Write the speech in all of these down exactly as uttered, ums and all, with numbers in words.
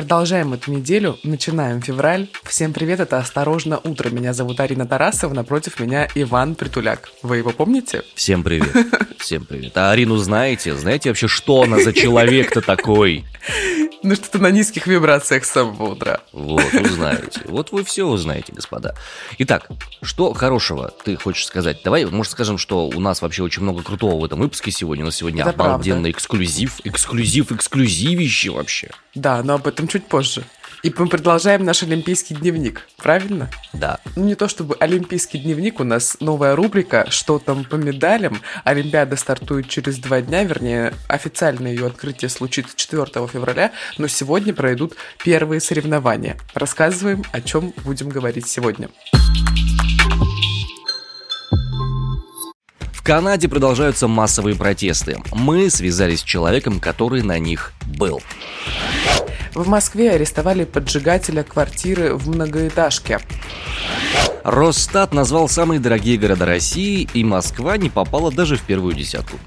Продолжаем эту неделю, начинаем февраль. Всем привет, это «Осторожно, утро». Меня зовут Арина Тарасова, напротив меня Иван Притуляк. Вы его помните? Всем привет, всем привет. А Арину знаете? Знаете вообще, что она за человек-то такой? Ну что-то на низких вибрациях с самого утра. Вот, узнаете. Вот вы все узнаете, господа. Итак, что хорошего ты хочешь сказать? Давай, может, скажем, что у нас вообще очень много крутого в этом выпуске сегодня. У нас сегодня Это обалденный правда. эксклюзив. Эксклюзив, эксклюзивище вообще. Да, но об этом чуть позже. И мы продолжаем наш олимпийский дневник, правильно? Да. Ну, не то чтобы олимпийский дневник, у нас новая рубрика «Что там по медалям?». Олимпиада стартует через два дня, вернее, официально ее открытие случится четвёртого февраля, но сегодня пройдут первые соревнования. Рассказываем, о чем будем говорить сегодня. В Канаде продолжаются массовые протесты. Мы связались с человеком, который на них был. В Москве арестовали поджигателя квартиры в многоэтажке. Росстат назвал самые дорогие города России, и Москва не попала даже в первую десятку.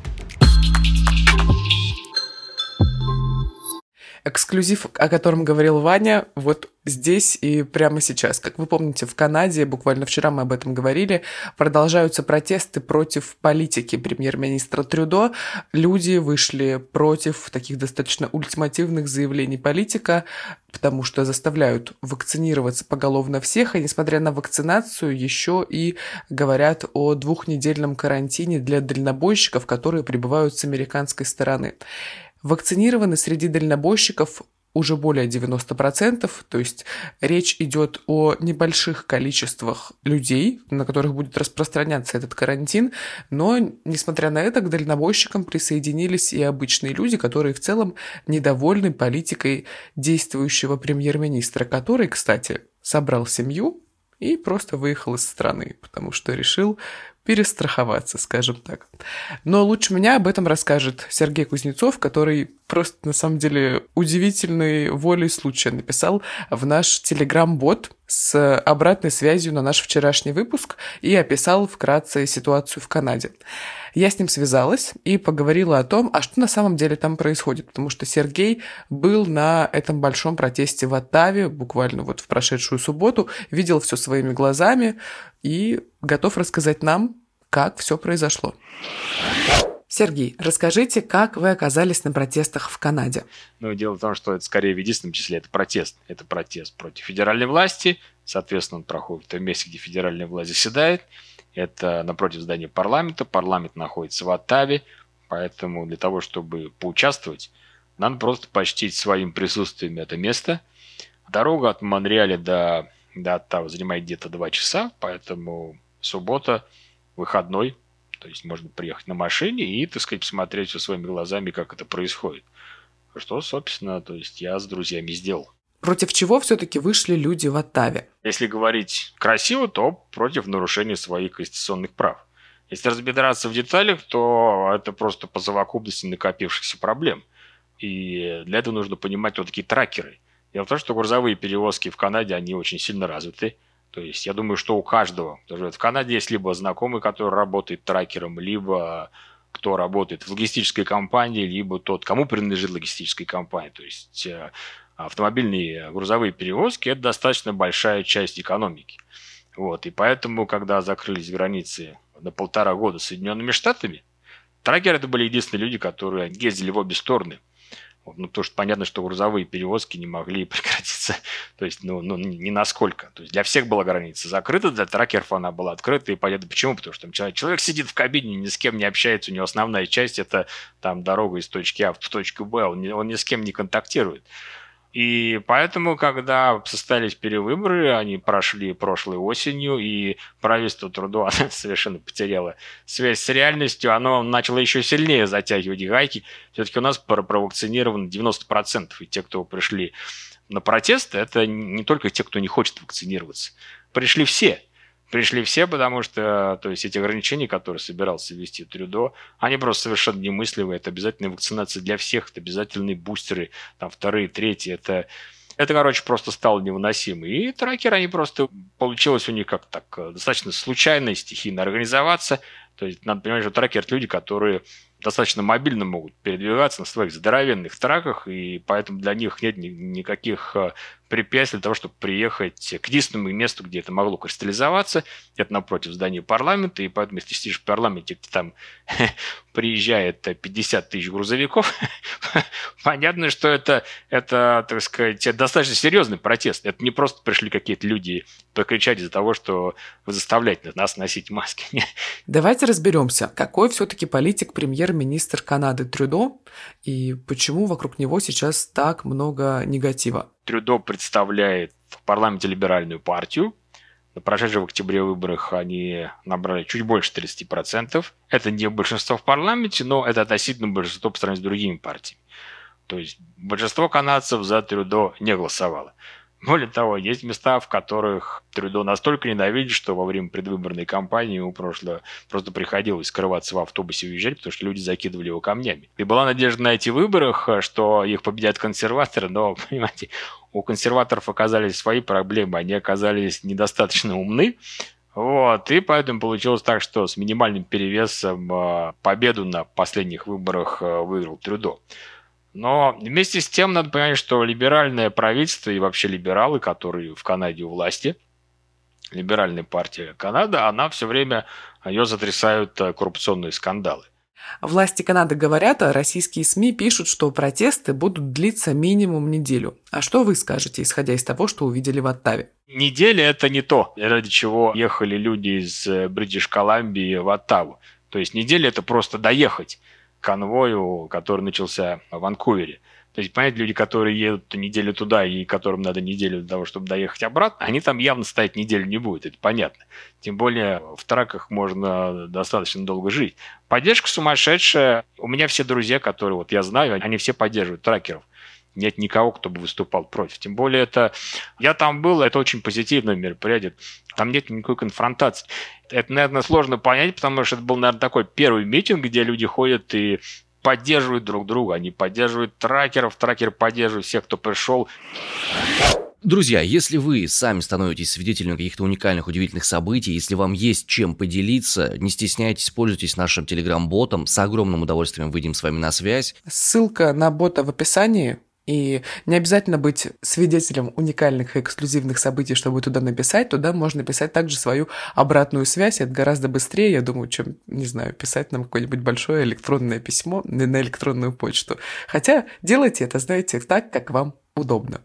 Эксклюзив, о котором говорил Ваня, вот здесь и прямо сейчас. Как вы помните, в Канаде, буквально вчера мы об этом говорили, продолжаются протесты против политики премьер-министра Трюдо. Люди вышли против таких достаточно ультимативных заявлений политика, потому что заставляют вакцинироваться поголовно всех, и несмотря на вакцинацию, еще и говорят о двухнедельном карантине для дальнобойщиков, которые прибывают с американской стороны. Вакцинированы среди дальнобойщиков уже более девяносто процентов, то есть речь идет о небольших количествах людей, на которых будет распространяться этот карантин, но, несмотря на это, к дальнобойщикам присоединились и обычные люди, которые в целом недовольны политикой действующего премьер-министра, который, кстати, собрал семью и просто выехал из страны, потому что решил перестраховаться, скажем так. Но лучше меня об этом расскажет Сергей Кузнецов, который просто, на самом деле, удивительной волей случая написал в наш телеграм-бот с обратной связью на наш вчерашний выпуск и описал вкратце ситуацию в Канаде. Я с ним связалась и поговорила о том, а что на самом деле там происходит, потому что Сергей был на этом большом протесте в Оттаве, буквально вот в прошедшую субботу, видел все своими глазами и готов рассказать нам, как все произошло. Сергей, расскажите, как вы оказались на протестах в Канаде? Ну, дело в том, что это скорее в единственном числе это протест. Это протест против федеральной власти. Соответственно, он проходит в том месте, где федеральная власть заседает. Это напротив здания парламента. Парламент находится в Оттаве. Поэтому для того, чтобы поучаствовать, надо просто почтить своим присутствием это место. Дорога от Монреаля до, до Оттавы занимает где-то два часа. Поэтому суббота, выходной. То есть можно приехать на машине и, так сказать, посмотреть все своими глазами, как это происходит. Что, собственно, то есть я с друзьями сделал. Против чего все-таки вышли люди в Оттаве? Если говорить красиво, то против нарушения своих конституционных прав. Если разбираться в деталях, то это просто по совокупности накопившихся проблем. И для этого нужно понимать, кто такие тракеры. Дело в том, что грузовые перевозки в Канаде, они очень сильно развиты. То есть я думаю, что у каждого, кто живет в Канаде, есть либо знакомый, который работает тракером, либо кто работает в логистической компании, либо тот, кому принадлежит логистическая компания. То есть автомобильные грузовые перевозки – это достаточно большая часть экономики. Вот. И поэтому, когда закрылись границы на полтора года с Соединенными Штатами, тракеры – это были единственные люди, которые ездили в обе стороны. Ну, потому что понятно, что грузовые перевозки не могли прекратиться, то есть, ну, ну, ни насколько. То есть для всех была граница закрыта, для тракеров она была открыта, и понятно почему, потому что там человек, человек сидит в кабине, ни с кем не общается, у него основная часть – это там дорога из точки А в точку Б, он, он ни с кем не контактирует. И поэтому, когда состоялись перевыборы, они прошли прошлой осенью, и правительство Трудо совершенно потеряло связь с реальностью, оно начало еще сильнее затягивать гайки. Все-таки у нас провакцинировано девяносто процентов, и те, кто пришли на протесты, это не только те, кто не хочет вакцинироваться. Пришли все. Пришли все, потому что, то есть, эти ограничения, которые собирался ввести Трюдо, они просто совершенно немыслимые. Это обязательная вакцинация для всех, это обязательные бустеры, там, вторые, третьи. Это, это, короче, просто стало невыносимо. И тракеры, они просто, получилось у них как так, достаточно случайно, стихийно организоваться. То есть, надо понимать, что тракеры – это люди, которые достаточно мобильно могут передвигаться на своих здоровенных траках, и поэтому для них нет ни- никаких э, препятствий для того, чтобы приехать к единственному месту, где это могло кристаллизоваться. Это напротив здания парламента, и поэтому, если ты сидишь в парламенте, где там приезжает пятьдесят тысяч грузовиков, понятно, что это, это, так сказать, достаточно серьезный протест. Это не просто пришли какие-то люди покричать из-за того, что вы заставляете нас носить маски. Давайте разберемся, какой все-таки политик премьер-министр Канады Трюдо и почему вокруг него сейчас так много негатива. Трюдо представляет в парламенте либеральную партию. На прошедших в октябре выборах они набрали чуть больше тридцать процентов. Это не большинство в парламенте, но это относительно большинство по сравнению с другими партиями. То есть большинство канадцев за Трюдо не голосовало. Более того, есть места, в которых Трюдо настолько ненавидит, что во время предвыборной кампании ему прошло, просто приходилось скрываться в автобусе и уезжать, потому что люди закидывали его камнями. И была надежда на этих выборах, что их победят консерваторы, но, понимаете, у консерваторов оказались свои проблемы, они оказались недостаточно умны. Вот, и поэтому получилось так, что с минимальным перевесом победу на последних выборах выиграл Трюдо. Но вместе с тем надо понимать, что либеральное правительство и вообще либералы, которые в Канаде у власти, либеральная партия Канады, она все время, ее сотрясают коррупционные скандалы. Власти Канады говорят, а российские СМИ пишут, что протесты будут длиться минимум неделю. А что вы скажете, исходя из того, что увидели в Оттаве? Неделя – это не то, ради чего ехали люди из Бритиш-Колумбии в Оттаву. То есть неделя – это просто доехать к конвою, который начался в Ванкувере. То есть, понимаете, люди, которые едут неделю туда и которым надо неделю для того, чтобы доехать обратно, они там явно стоять неделю не будут, это понятно. Тем более в траках можно достаточно долго жить. Поддержка сумасшедшая. У меня все друзья, которые вот я знаю, они все поддерживают тракеров. Нет никого, кто бы выступал против. Тем более это... Я там был, это очень позитивное мероприятие. Там нет никакой конфронтации. Это, наверное, сложно понять, потому что это был, наверное, такой первый митинг, где люди ходят и поддерживают друг друга. Они поддерживают тракеров, тракеры поддерживают всех, кто пришел. Друзья, если вы сами становитесь свидетелями каких-то уникальных, удивительных событий, если вам есть чем поделиться, не стесняйтесь, пользуйтесь нашим телеграм-ботом. С огромным удовольствием выйдем с вами на связь. Ссылка на бота в описании. И не обязательно быть свидетелем уникальных и эксклюзивных событий, чтобы туда написать. Туда можно писать также свою обратную связь. Это гораздо быстрее, я думаю, чем, не знаю, писать нам какое-нибудь большое электронное письмо на электронную почту. Хотя делайте это, знаете, так, как вам удобно.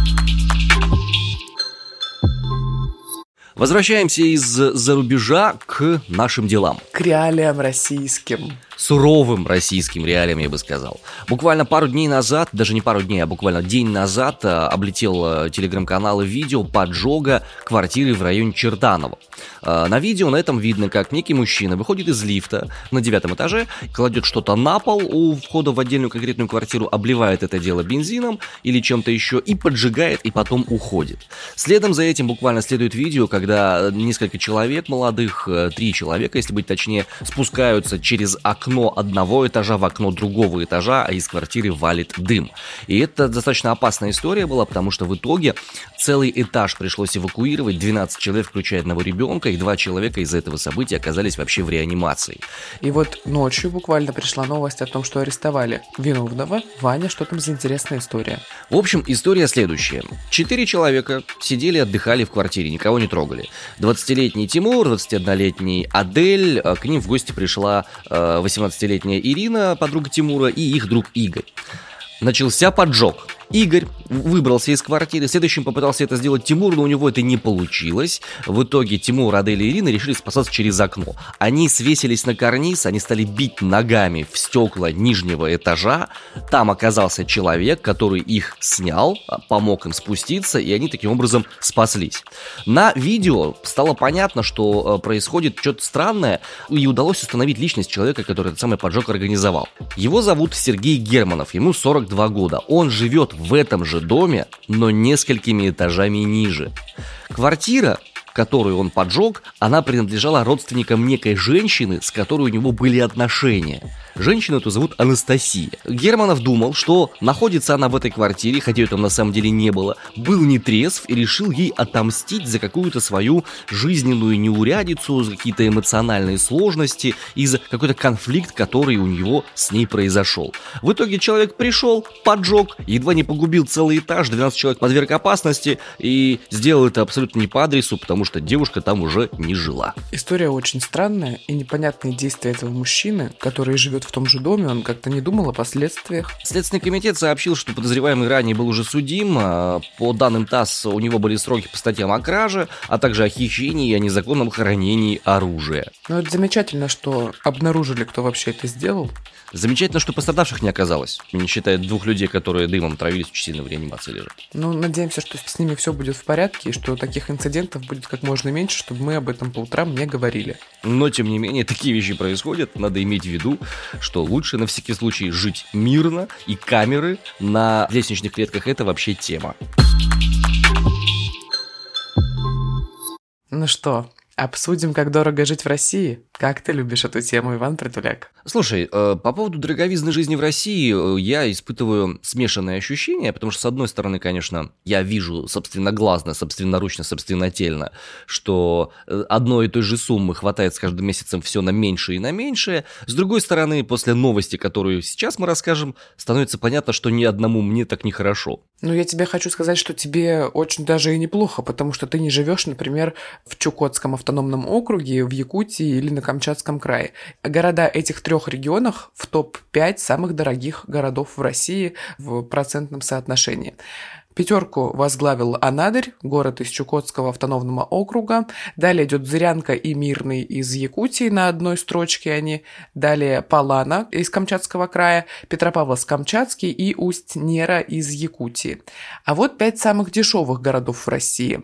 Возвращаемся из-за рубежа к нашим делам. К реалиям российским. Суровым российским реалиям, я бы сказал. Буквально пару дней назад, даже не пару дней, а буквально день назад облетел телеграм-каналы видео поджога квартиры в районе Чертаново. На видео на этом видно, как некий мужчина выходит из лифта на девятом этаже, кладет что-то на пол у входа в отдельную конкретную квартиру, обливает это дело бензином или чем-то еще и поджигает, и потом уходит. Следом за этим буквально следует видео, когда несколько человек молодых, три человека, если быть точнее, спускаются через окно одного этажа в окно другого этажа, а из квартиры валит дым. И это достаточно опасная история была, потому что в итоге целый этаж пришлось эвакуировать, двенадцать человек, включая одного ребенка, и два человека из-за этого события оказались вообще в реанимации. И вот ночью буквально пришла новость о том, что арестовали виновного. Ваня, что там за интересная история? В общем, история следующая. Четыре человека сидели, отдыхали в квартире, никого не трогали. двадцатилетний Тимур, двадцатиоднолетний Адель, к ним в гости пришла восемнадцатилетняя Ирина, подруга Тимура, и их друг Игорь. Начался поджог. Игорь выбрался из квартиры, следующим попытался это сделать Тимур, но у него это не получилось. В итоге Тимур, Адель и Ирина решили спасаться через окно. Они свесились на карниз, они стали бить ногами в стекла нижнего этажа. Там оказался человек, который их снял, помог им спуститься, и они таким образом спаслись. На видео стало понятно, что происходит что-то странное, и удалось установить личность человека, который этот самый поджог организовал. Его зовут Сергей Германов, ему сорок два года. Он живет в этом же доме, но несколькими этажами ниже. Квартира, которую он поджег, она принадлежала родственникам некой женщины, с которой у него были отношения. Женщину эту зовут Анастасия. Германов думал, что находится она в этой квартире, хотя ее там на самом деле не было, был нетрезв и решил ей отомстить за какую-то свою жизненную неурядицу, за какие-то эмоциональные сложности и за какой-то конфликт, который у него с ней произошел. В итоге человек пришел, поджег, едва не погубил целый этаж, двенадцать человек подверг опасности и сделал это абсолютно не по адресу, потому что девушка там уже не жила. История очень странная и непонятные действия этого мужчины, который живет в том же доме, он как-то не думал о последствиях. Следственный комитет сообщил, что подозреваемый ранее был уже судим. По данным ТАСС, у него были сроки по статьям о краже, а также о хищении и о незаконном хранении оружия. Ну, это замечательно, что обнаружили, кто вообще это сделал. Замечательно, что пострадавших не оказалось, не считая двух людей, которые дымом травились, очень сильно в реанимации лежат. Ну, надеемся, что с ними все будет в порядке, и что таких инцидентов будет как можно меньше, чтобы мы об этом по утрам не говорили. Но, тем не менее, такие вещи происходят. Надо иметь в виду, что лучше на всякий случай жить мирно, и камеры на лестничных клетках – это вообще тема. Ну что, обсудим, как дорого жить в России? Как ты любишь эту тему, Иван Притуляк? Слушай, э, по поводу дороговизны жизни в России э, я испытываю смешанные ощущения, потому что, с одной стороны, конечно, я вижу собственноглазно, собственноручно, собственнотельно, что э, одной и той же суммы хватает с каждым месяцем все на меньшее и на меньшее. С другой стороны, после новости, которую сейчас мы расскажем, становится понятно, что ни одному мне так нехорошо. Ну, я тебе хочу сказать, что тебе очень даже и неплохо, потому что ты не живешь, например, в Чукотском автономном округе, в Якутии или на Камчатском крае. Города этих трех регионах в топ пять самых дорогих городов в России в процентном соотношении. Пятерку возглавил Анадырь, город из Чукотского автономного округа. Далее идет Зырянка и Мирный из Якутии, на одной строчке они. Далее Палана из Камчатского края, Петропавловск-Камчатский и Усть-Нера из Якутии. А вот пять самых дешевых городов в России.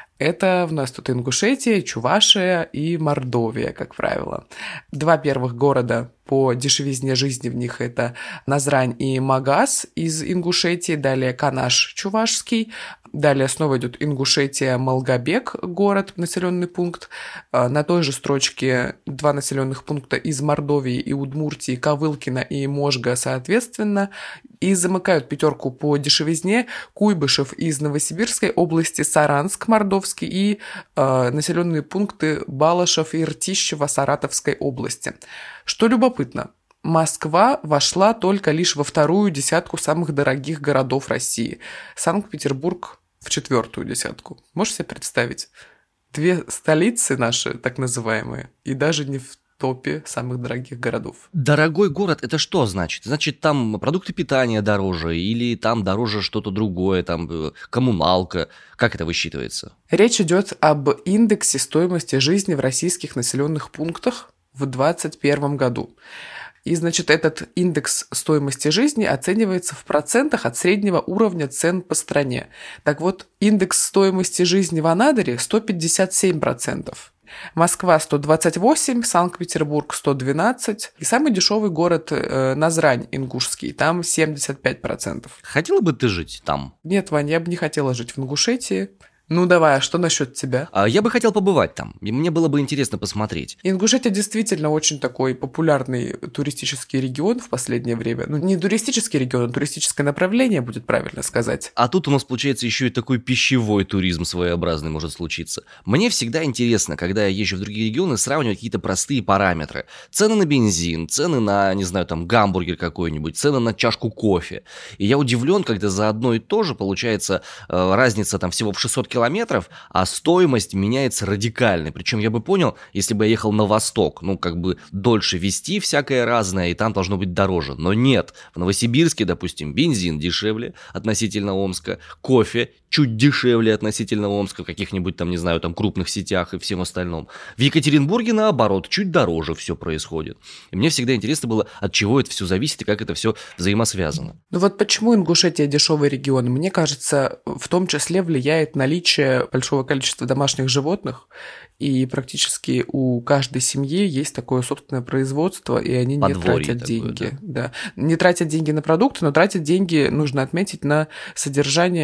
Это у нас тут Ингушетия, Чувашия и Мордовия, как правило. Два первых города по дешевизне жизни в них это Назрань и Магаз из Ингушетии, далее Канаш Чувашский, далее снова идет Ингушетия, Малгобек, город, населенный пункт. На той же строчке два населенных пункта из Мордовии и Удмуртии, Ковылкино и Можга, соответственно. И замыкают пятерку по дешевизне Куйбышев из Новосибирской области, Саранск мордовский и э, населенные пункты Балашев и Ртищево Саратовской области. Что любопытно, Москва вошла только лишь во вторую десятку самых дорогих городов России. Санкт-Петербург в четвертую десятку. Можешь себе представить? Две столицы наши, так называемые, и даже не в топе самых дорогих городов. Дорогой город, это что значит? Значит, там продукты питания дороже или там дороже что-то другое, там коммуналка? Как это высчитывается? Речь идет об индексе стоимости жизни в российских населенных пунктах в двадцать первом году. И, значит, этот индекс стоимости жизни оценивается в процентах от среднего уровня цен по стране. Так вот, индекс стоимости жизни в Анадыре сто пятьдесят семь процентов. Москва сто двадцать восемь, Санкт-Петербург сто двенадцать. И самый дешевый город э, Назрань ингушский, там семьдесят пять процентов. Хотела бы ты жить там? Нет, Вань, я бы не хотела жить в Ингушетии. Ну давай, а что насчет тебя? А я бы хотел побывать там, и мне было бы интересно посмотреть. Ингушетия действительно очень такой популярный туристический регион в последнее время. Ну, не туристический регион, а туристическое направление, будет правильно сказать. А тут у нас, получается, еще и такой пищевой туризм своеобразный может случиться. Мне всегда интересно, когда я езжу в другие регионы, сравнивать какие-то простые параметры. Цены на бензин, цены на, не знаю, там, гамбургер какой-нибудь, цены на чашку кофе. И я удивлен, когда за одно и то же получается э, разница там всего в шестьсот километров, а стоимость меняется радикально. Причем я бы понял, если бы я ехал на восток, ну, как бы дольше везти всякое разное, и там должно быть дороже. Но нет, в Новосибирске, допустим, бензин дешевле относительно Омска, кофе чуть дешевле относительно Омска, в каких-нибудь там, не знаю, там крупных сетях и всем остальном. В Екатеринбурге, наоборот, чуть дороже все происходит. И мне всегда интересно было, от чего это все зависит и как это все взаимосвязано. Ну вот почему Ингушетия дешевый регион? Мне кажется, в том числе влияет наличие большого количества домашних животных, и практически у каждой семьи есть такое собственное производство, и они Подворье не тратят такое, деньги. Да. Да. Не тратят деньги на продукты, но тратят деньги, нужно отметить, на содержание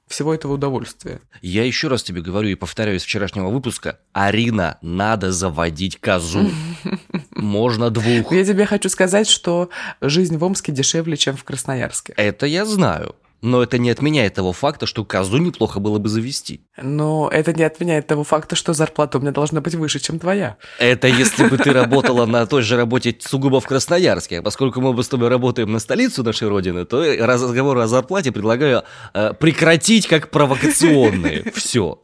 всего этого удовольствия. Я еще раз тебе говорю и повторяю из вчерашнего выпуска: Арина, надо заводить козу. Можно двух. Я тебе хочу сказать, что жизнь в Омске дешевле, чем в Красноярске. Это я знаю. Но это не отменяет того факта, что козу неплохо было бы завести. Но это не отменяет того факта, что зарплата у меня должна быть выше, чем твоя. Это если бы ты работала на той же работе сугубо в Красноярске. А поскольку мы с тобой работаем на столицу нашей родины, то разговоры о зарплате предлагаю э, прекратить как провокационные. Все.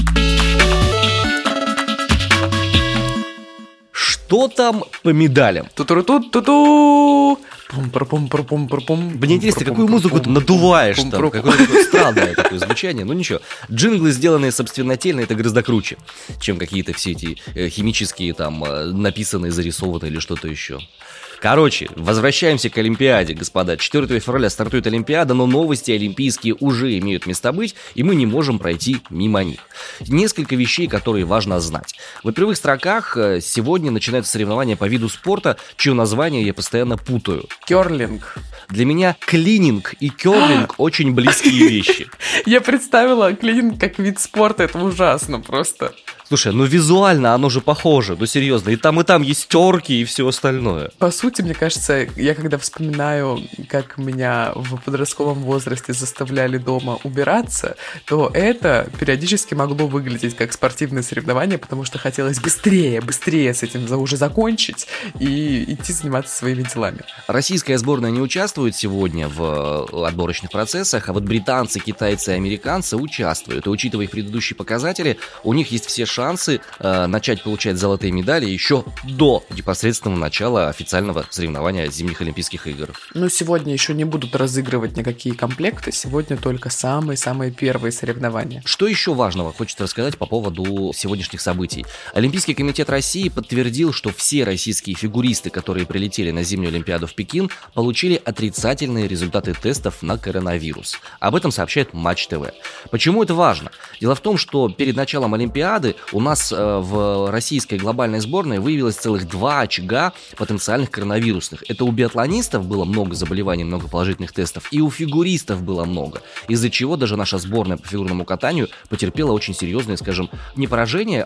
Что там по медалям? Ту-ту-ту-ту-ту! Пум-пум-пум-пум-пум-пум. Мне интересно, какую музыку ты надуваешь там? Какое-то такое странное такое звучание. Ну ничего. Джинглы, сделанные собственнотельно, это гораздо круче, чем какие-то все эти химические там написанные, зарисованные или что-то еще. Короче, возвращаемся к Олимпиаде, господа. четвёртого февраля стартует Олимпиада, но новости олимпийские уже имеют место быть, и мы не можем пройти мимо них. Несколько вещей, которые важно знать. В первых строках сегодня начинаются соревнования по виду спорта, чье название я постоянно путаю. Кёрлинг. Для меня клининг и кёрлинг очень близкие вещи. Я представила клининг как вид спорта, это ужасно просто. Слушай, ну визуально оно же похоже, ну серьезно, и там, и там есть терки и все остальное. По сути, мне кажется, я когда вспоминаю, как меня в подростковом возрасте заставляли дома убираться, то это периодически могло выглядеть как спортивное соревнование, потому что хотелось быстрее, быстрее с этим уже закончить и идти заниматься своими делами. Российская сборная не участвует сегодня в отборочных процессах, а вот британцы, китайцы и американцы участвуют. И учитывая их предыдущие показатели, у них есть все шансы шансы э, начать получать золотые медали еще до непосредственного начала официального соревнования зимних Олимпийских игр. Но сегодня еще не будут разыгрывать никакие комплекты, сегодня только самые-самые первые соревнования. Что еще важного хочется рассказать по поводу сегодняшних событий? Олимпийский комитет России подтвердил, что все российские фигуристы, которые прилетели на зимнюю Олимпиаду в Пекин, получили отрицательные результаты тестов на коронавирус. Об этом сообщает Матч ТВ. Почему это важно? Дело в том, что перед началом Олимпиады у нас э, в российской глобальной сборной выявилось целых два очага потенциальных коронавирусных. Это у биатлонистов было много заболеваний, много положительных тестов, и у фигуристов было много, из-за чего даже наша сборная по фигурному катанию потерпела очень серьезные, скажем, не поражения,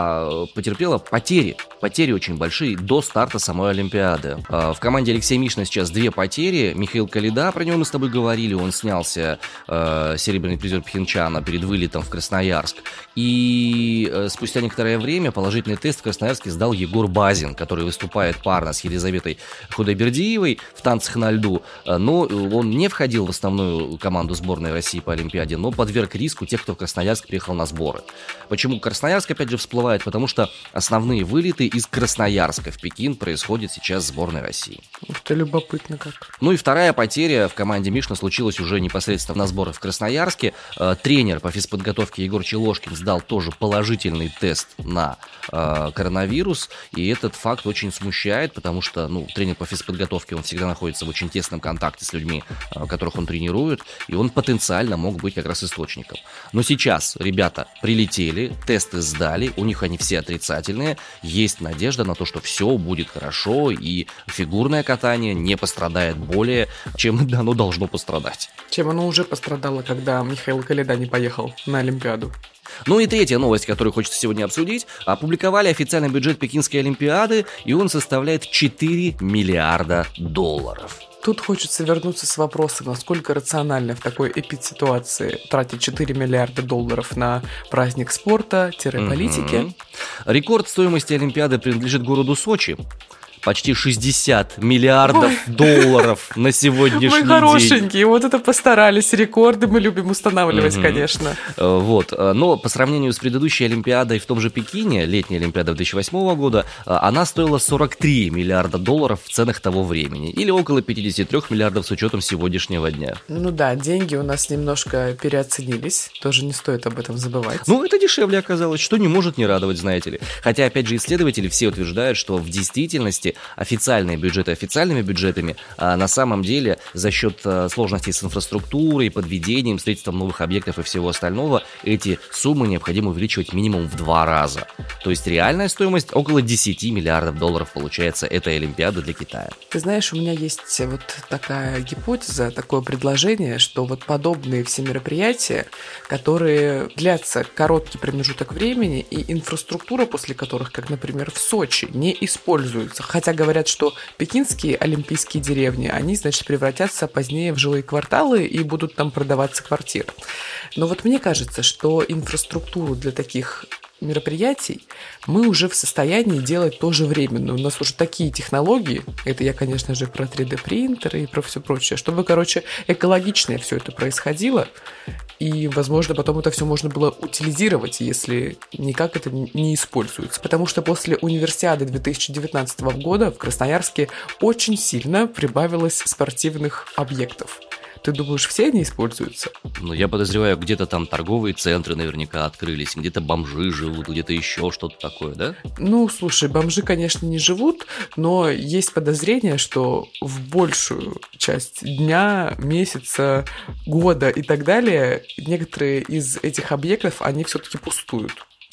а потерпела потери. Потери очень большие до старта самой Олимпиады. Э, в команде Алексея Мишина сейчас две потери. Михаил Калида, про него мы с тобой говорили, он снялся, э, серебряный призер Пхенчхана, перед вылетом в Красноярск. И э, спустя некоторое время положительный тест в Красноярске сдал Егор Базин, который выступает парно с Елизаветой Худайбердиевой в танцах на льду, но он не входил в основную команду сборной России по Олимпиаде, но подверг риску тех, кто в Красноярск приехал на сборы. Почему Красноярск опять же всплывает? Потому что основные вылеты из Красноярска в Пекин происходят сейчас в сборной России. Ух ты, любопытно как. Ну и вторая потеря в команде Мишина случилась уже непосредственно на сборах в Красноярске. Тренер по физподготовке Егор Челошкин сдал тоже положительный тест на э, коронавирус, и этот факт очень смущает, потому что, ну, тренер по физподготовке, он всегда находится в очень тесном контакте с людьми, э, которых он тренирует, и он потенциально мог быть как раз источником. Но сейчас ребята прилетели, тесты сдали, у них они все отрицательные, есть надежда на то, что все будет хорошо, и фигурное катание не пострадает более, чем оно должно пострадать. Чем оно уже пострадало, когда Михаил Калида не поехал на Олимпиаду. Ну и третья новость, которую хочется сегодня обсудить. Опубликовали официальный бюджет Пекинской Олимпиады, и он составляет четыре миллиарда долларов. Тут хочется вернуться с вопросом, насколько рационально в такой эпидситуации тратить четыре миллиарда долларов на праздник спорта-политики. Mm-hmm. Рекорд стоимости Олимпиады принадлежит городу Сочи. Почти шестьдесят миллиардов Ой. долларов на сегодняшний день. Мы хорошенькие, вот это постарались. Рекорды мы любим устанавливать, угу. конечно. Вот. Но по сравнению с предыдущей Олимпиадой в том же Пекине, летняя Олимпиада две тысячи восьмого года, она стоила сорок три миллиарда долларов в ценах того времени. Или около пятьдесят три миллиардов с учетом сегодняшнего дня. Ну да, деньги у нас немножко переоценились. Тоже не стоит об этом забывать. Ну, это дешевле оказалось, что не может не радовать, знаете ли. Хотя, опять же, исследователи все утверждают, что в действительности официальные бюджеты официальными бюджетами, а на самом деле за счет сложностей с инфраструктурой, подведением, строительством новых объектов и всего остального, эти суммы необходимо увеличивать минимум в два раза. То есть реальная стоимость около десять миллиардов долларов получается этой Олимпиады для Китая. Ты знаешь, у меня есть вот такая гипотеза, такое предложение, что вот подобные все мероприятия, которые длятся короткий промежуток времени, и инфраструктура после которых, как, например, в Сочи, не используется. Хотя говорят, что пекинские олимпийские деревни, они, значит, превратятся позднее в жилые кварталы и будут там продаваться квартиры. Но вот мне кажется, что инфраструктуру для таких мероприятий мы уже в состоянии делать тоже временно. У нас уже такие технологии, это я, конечно же, про три дэ принтеры и про все прочее, чтобы, короче, экологичнее все это происходило, и, возможно, потом это все можно было утилизировать, если никак это не используется. Потому что после Универсиады две тысячи девятнадцатого года в Красноярске очень сильно прибавилось спортивных объектов. Ты думаешь, все они используются? Ну, я подозреваю, где-то там торговые центры наверняка открылись, где-то бомжи живут, где-то еще что-то такое, да? Ну, слушай, бомжи, конечно, не живут, но есть подозрение, что в большую часть дня, месяца, года и так далее некоторые из этих объектов, они все-таки пустуют.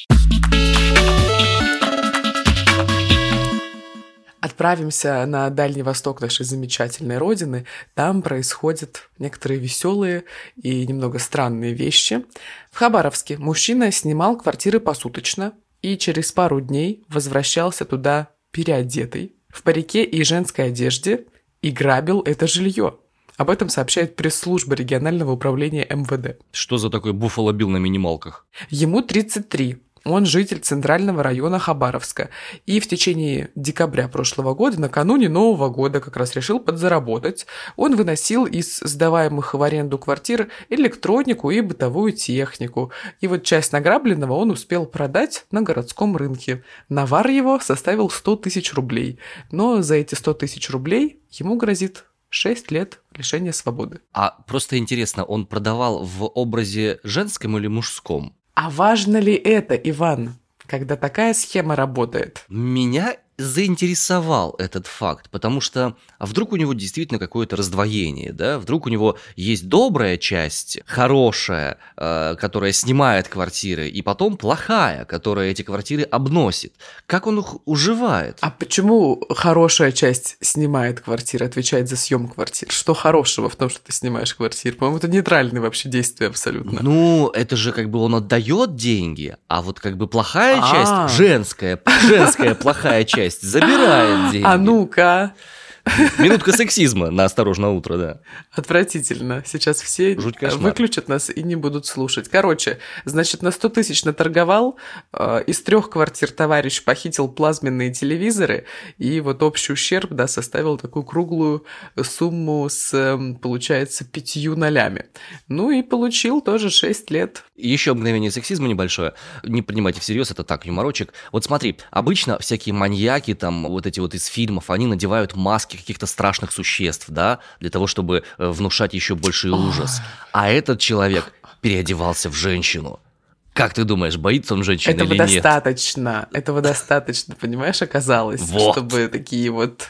Отправимся на Дальний Восток нашей замечательной родины. Там происходят некоторые веселые и немного странные вещи. В Хабаровске мужчина снимал квартиры посуточно и через пару дней возвращался туда переодетый, в парике и женской одежде, и грабил это жилье. Об этом сообщает пресс-служба регионального управления эм вэ дэ. Что за такой Буффало Билл на минималках? Ему тридцать три. Он житель центрального района Хабаровска. И в течение декабря прошлого года, накануне Нового года, как раз решил подзаработать. Он выносил из сдаваемых в аренду квартир электронику и бытовую технику. И вот часть награбленного он успел продать на городском рынке. Навар его составил сто тысяч рублей. Но за эти сто тысяч рублей ему грозит шесть лет лишения свободы. А просто интересно, он продавал в образе женском или мужском? А важно ли это, Иван, когда такая схема работает? Меня заинтересовал этот факт, потому что а вдруг у него действительно какое-то раздвоение, да? Вдруг у него есть добрая часть, хорошая, э, которая снимает квартиры, и потом плохая, которая эти квартиры обносит. Как он их уживает? А почему хорошая часть снимает квартиры, отвечает за съем квартир? Что хорошего в том, что ты снимаешь квартиру? По-моему, это нейтральное вообще действие абсолютно. Ну, это же как бы он отдает деньги, а вот как бы плохая А-а-а. часть, женская, женская плохая часть забирает деньги. А ну-ка. Минутка сексизма на «Осторожно, утро», да. Отвратительно. Сейчас все Жуть, кошмар. Выключат нас и не будут слушать. Короче, значит, на сто тысяч наторговал, э, из трех квартир товарищ похитил плазменные телевизоры, и вот общий ущерб, да, составил такую круглую сумму с, э, получается, пятью нолями. Ну и получил тоже шесть лет. Еще мгновение сексизма небольшое. Не принимайте всерьез, это так, юморочек. Вот смотри, обычно всякие маньяки, там, вот эти вот из фильмов, они надевают маски каких-то страшных существ, да, для того, чтобы э, внушать еще больший ужас. А этот человек переодевался в женщину. Как ты думаешь, боится он женщины Этого или нет? достаточно, этого достаточно, понимаешь, оказалось, Вот. чтобы такие вот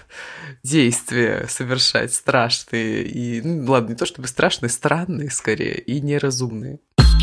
действия совершать страшные и, ну, ладно, не то чтобы страшные, странные скорее и неразумные.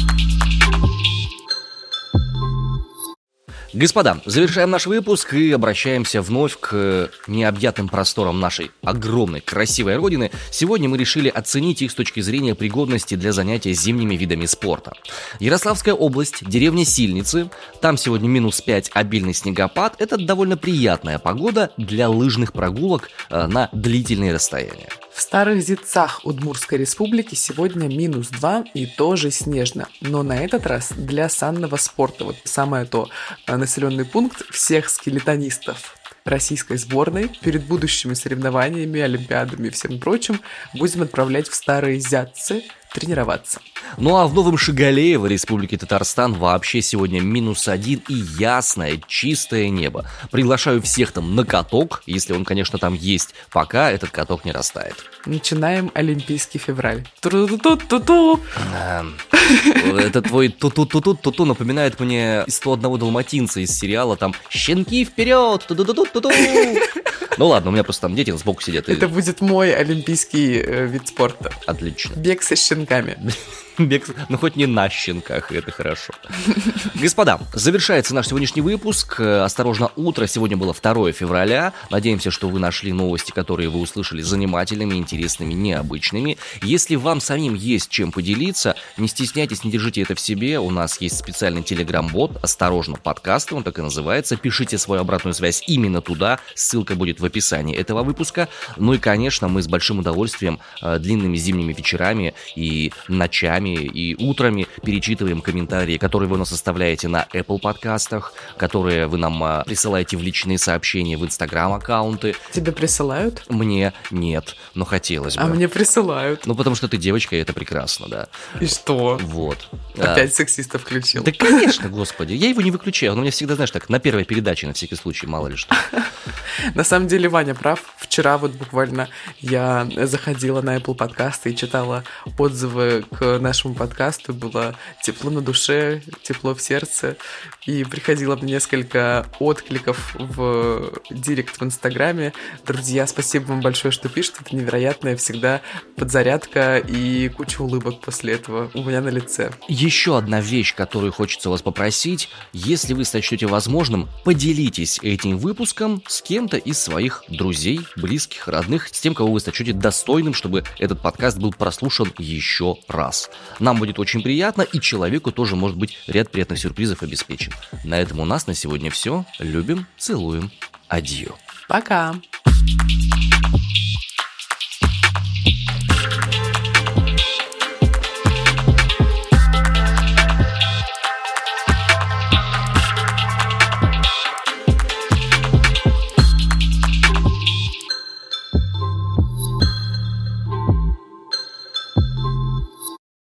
Господа, завершаем наш выпуск и обращаемся вновь к необъятным просторам нашей огромной, красивой родины. Сегодня мы решили оценить их с точки зрения пригодности для занятия зимними видами спорта. Ярославская область, деревня Сильницы. Там сегодня минус пять, обильный снегопад. Это довольно приятная погода для лыжных прогулок э, на длительные расстояния. В Старых Зитцах Удмуртской республики сегодня минус два и тоже снежно. Но на этот раз для санного спорта. Вот самое то, населенный пункт всех скелетонистов российской сборной перед будущими соревнованиями, олимпиадами и всем прочим будем отправлять в Старые Зятцы. тренироваться. Ну а в Новом Шигалеево, Республике Татарстан, вообще сегодня минус один и ясное, чистое небо. Приглашаю всех там на каток, если он, конечно, там есть, пока этот каток не растает. Начинаем Олимпийский февраль. Ту-ту-ту-ту-ту. Это твой ту-ту-ту-ту-ту напоминает мне сто одного далматинца из сериала, там «Щенки вперед! Ту-ту-ту-ту-ту!» Ну ладно, у меня просто там дети сбоку сидят. Это будет мой олимпийский э, вид спорта. Отлично. Бег со щенками. Бег, ну хоть не на щенках, это хорошо. Господа, завершается наш сегодняшний выпуск. Осторожно, утро. Сегодня было второе февраля. Надеемся, что вы нашли новости, которые вы услышали, занимательными, интересными, необычными. Если вам самим есть чем поделиться, не стесняйтесь, не держите это в себе. У нас есть специальный телеграм-бот «Осторожно, подкасты», он так и называется. Пишите свою обратную связь именно туда. Ссылка будет в описании этого выпуска. Ну и, конечно, мы с большим удовольствием длинными зимними вечерами и ночами и утрами перечитываем комментарии, которые вы у нас оставляете на Apple подкастах, которые вы нам а, присылаете в личные сообщения в Instagram-аккаунты. Тебе присылают? Мне нет, но хотелось бы. А мне присылают. Ну, потому что ты девочка, и это прекрасно, да. И что? Вот. Опять а, сексиста включил. Да, конечно, господи. Я его не выключаю. Он у меня всегда, знаешь, так, на первой передаче, на всякий случай, мало ли что. На самом деле, Ваня прав. Вчера вот буквально я заходила на Apple подкасты и читала отзывы к нашему подкасту. Было тепло на душе, тепло в сердце. И приходило мне несколько откликов в директ в Инстаграме. Друзья, спасибо вам большое, что пишете. Это невероятная всегда подзарядка и куча улыбок после этого у меня на лице. Еще одна вещь, которую хочется вас попросить. Если вы сочтете возможным, поделитесь этим выпуском с кем-то из своих друзей, близких, родных, с тем, кого вы сочтете достойным, чтобы этот подкаст был прослушан еще раз. Нам будет очень приятно, и человеку тоже может быть ряд приятных сюрпризов обеспечен. На этом у нас на сегодня все. Любим, целуем. Адью. Пока.